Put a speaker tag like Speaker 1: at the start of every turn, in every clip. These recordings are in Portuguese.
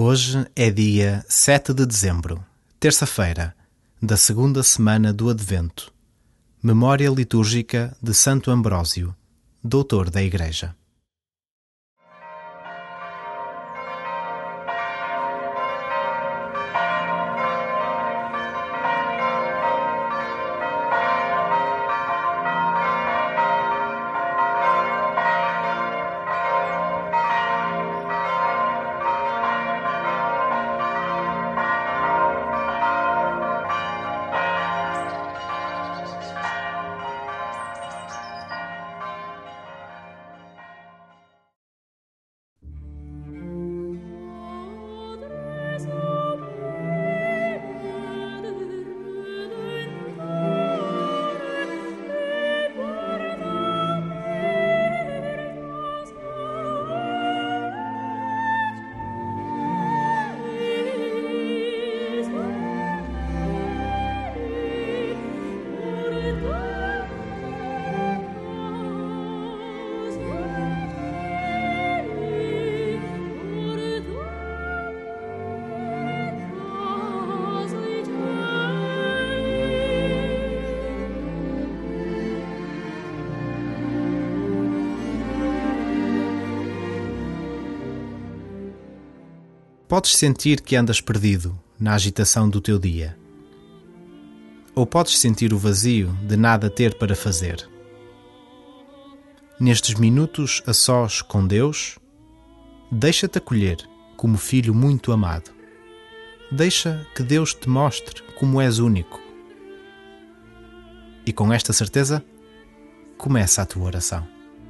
Speaker 1: Hoje é dia 7 de dezembro, terça-feira, da segunda semana do Advento. Memória litúrgica de Santo Ambrósio, doutor da Igreja. Podes sentir que andas perdido na agitação do teu dia. Ou podes sentir o vazio de nada ter para fazer. Nestes minutos a sós com Deus, deixa-te acolher como filho muito amado. Deixa que Deus te mostre como és único. E com esta certeza, começa a tua oração.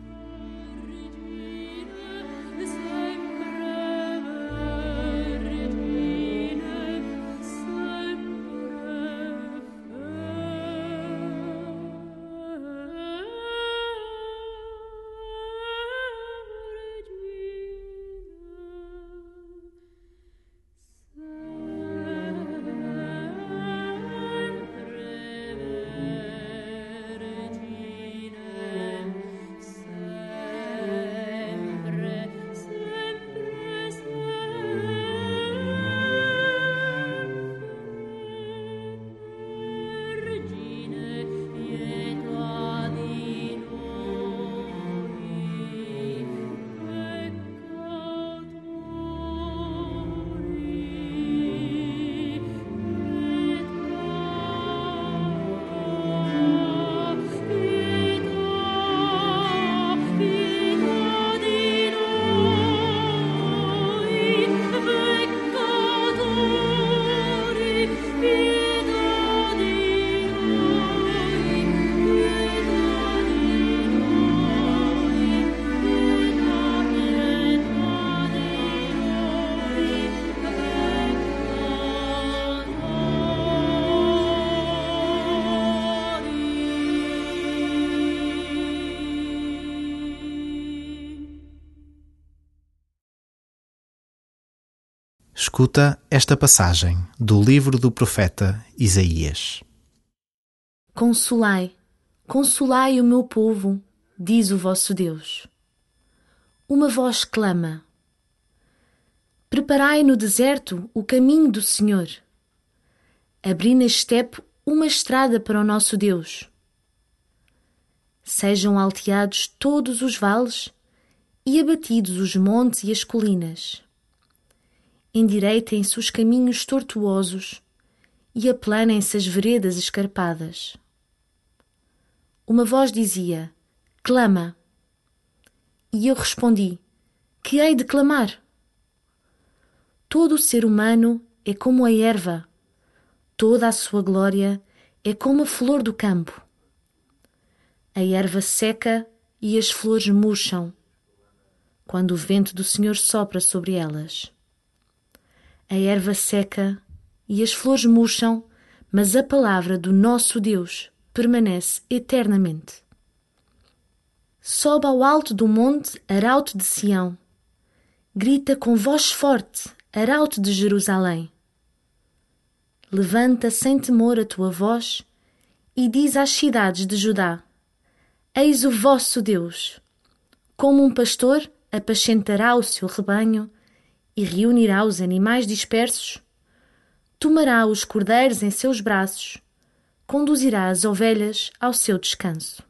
Speaker 1: Escuta esta passagem do livro do profeta Isaías.
Speaker 2: Consolai, consolai o meu povo, diz o vosso Deus. Uma voz clama: preparai no deserto o caminho do Senhor. Abri na estepe uma estrada para o nosso Deus. Sejam alteados todos os vales e abatidos os montes e as colinas. Endireitem-se os caminhos tortuosos e aplanem-se as veredas escarpadas. Uma voz dizia: clama. E eu respondi: que hei de clamar? Todo o ser humano é como a erva, toda a sua glória é como a flor do campo. A erva seca e as flores murcham, quando o vento do Senhor sopra sobre elas. A erva seca e as flores murcham, mas a palavra do nosso Deus permanece eternamente. Sobe ao alto do monte, arauto de Sião. Grita com voz forte, arauto de Jerusalém. Levanta sem temor a tua voz e diz às cidades de Judá: Eis o vosso Deus. Como um pastor apacentará o seu rebanho e reunirá os animais dispersos, tomará os cordeiros em seus braços, conduzirá as ovelhas ao seu descanso.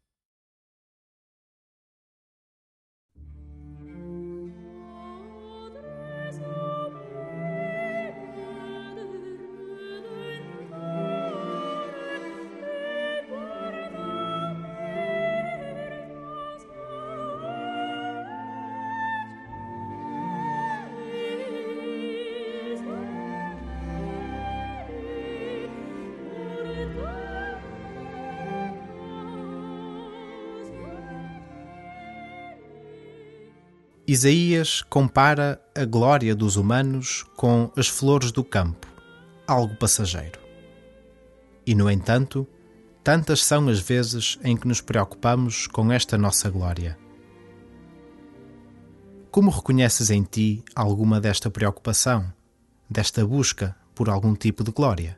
Speaker 1: Isaías compara a glória dos humanos com as flores do campo, algo passageiro. E, no entanto, tantas são as vezes em que nos preocupamos com esta nossa glória. Como reconheces em ti alguma desta preocupação, desta busca por algum tipo de glória?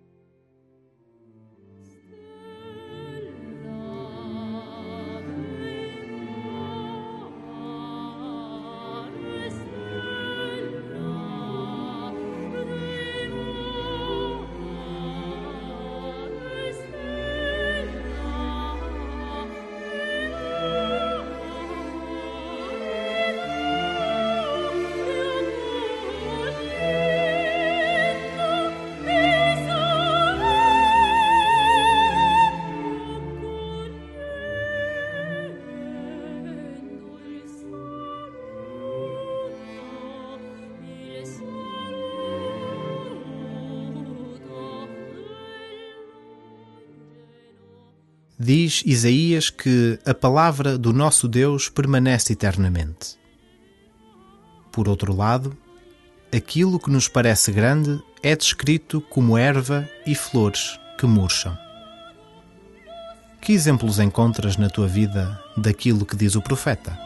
Speaker 1: Diz Isaías que a palavra do nosso Deus permanece eternamente. Por outro lado, aquilo que nos parece grande é descrito como erva e flores que murcham. Que exemplos encontras na tua vida daquilo que diz o profeta?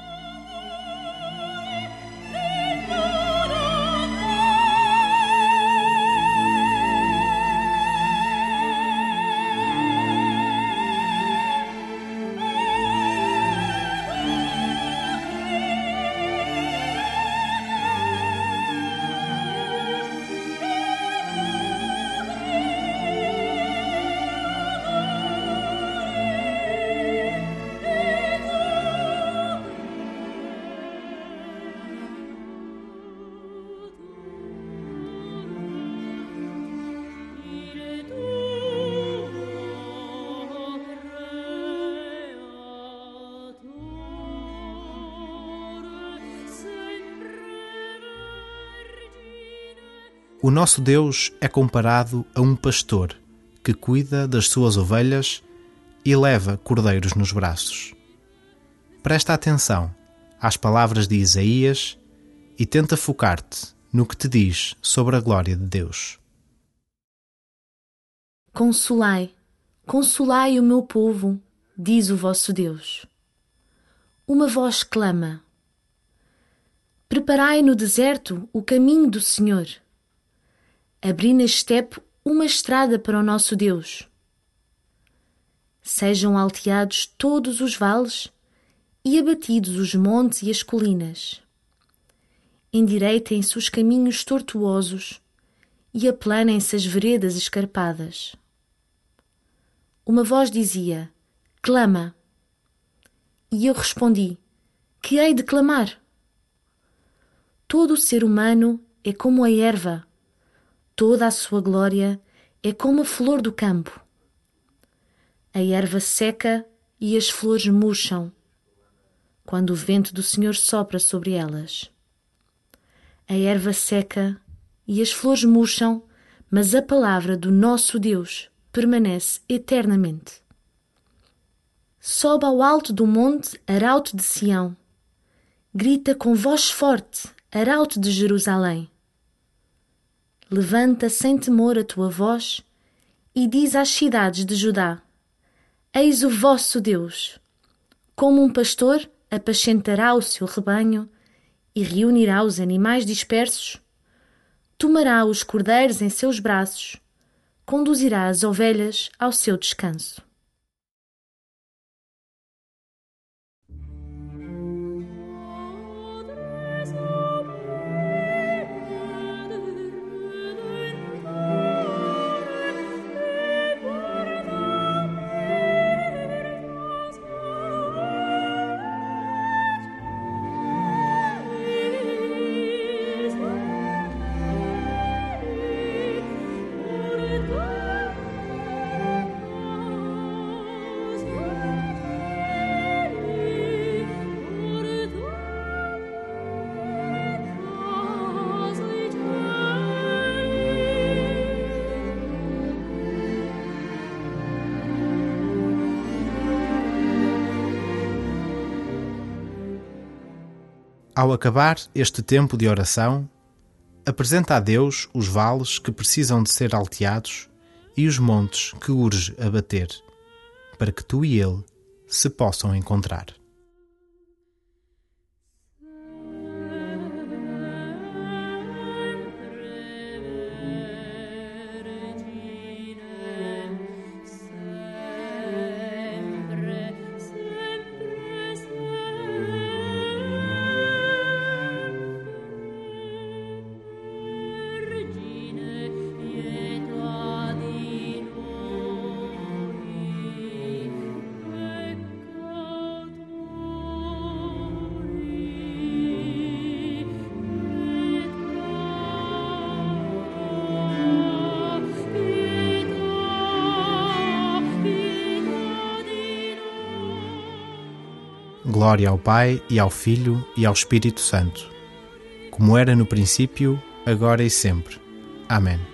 Speaker 1: O nosso Deus é comparado a um pastor que cuida das suas ovelhas e leva cordeiros nos braços. Presta atenção às palavras de Isaías e tenta focar-te no que te diz sobre a glória de Deus.
Speaker 2: Consolai, consolai o meu povo, diz o vosso Deus. Uma voz clama: preparai no deserto o caminho do Senhor. Abri na estepe uma estrada para o nosso Deus. Sejam alteados todos os vales e abatidos os montes e as colinas. Endireitem-se os caminhos tortuosos e aplanem-se as veredas escarpadas. Uma voz dizia: clama. E eu respondi: que hei de clamar? Todo o ser humano é como a erva, toda a sua glória é como a flor do campo. A erva seca e as flores murcham, quando o vento do Senhor sopra sobre elas. A erva seca e as flores murcham, mas a palavra do nosso Deus permanece eternamente. Sobe ao alto do monte, arauto de Sião. Grita com voz forte, arauto de Jerusalém. Levanta sem temor a tua voz e diz às cidades de Judá: eis o vosso Deus. Como um pastor apacentará o seu rebanho e reunirá os animais dispersos, tomará os cordeiros em seus braços, conduzirá as ovelhas ao seu descanso.
Speaker 1: Ao acabar este tempo de oração, apresenta a Deus os vales que precisam de ser alteados e os montes que urge abater, para que tu e ele se possam encontrar. Glória ao Pai, e ao Filho, e ao Espírito Santo, como era no princípio, agora e sempre. Amém.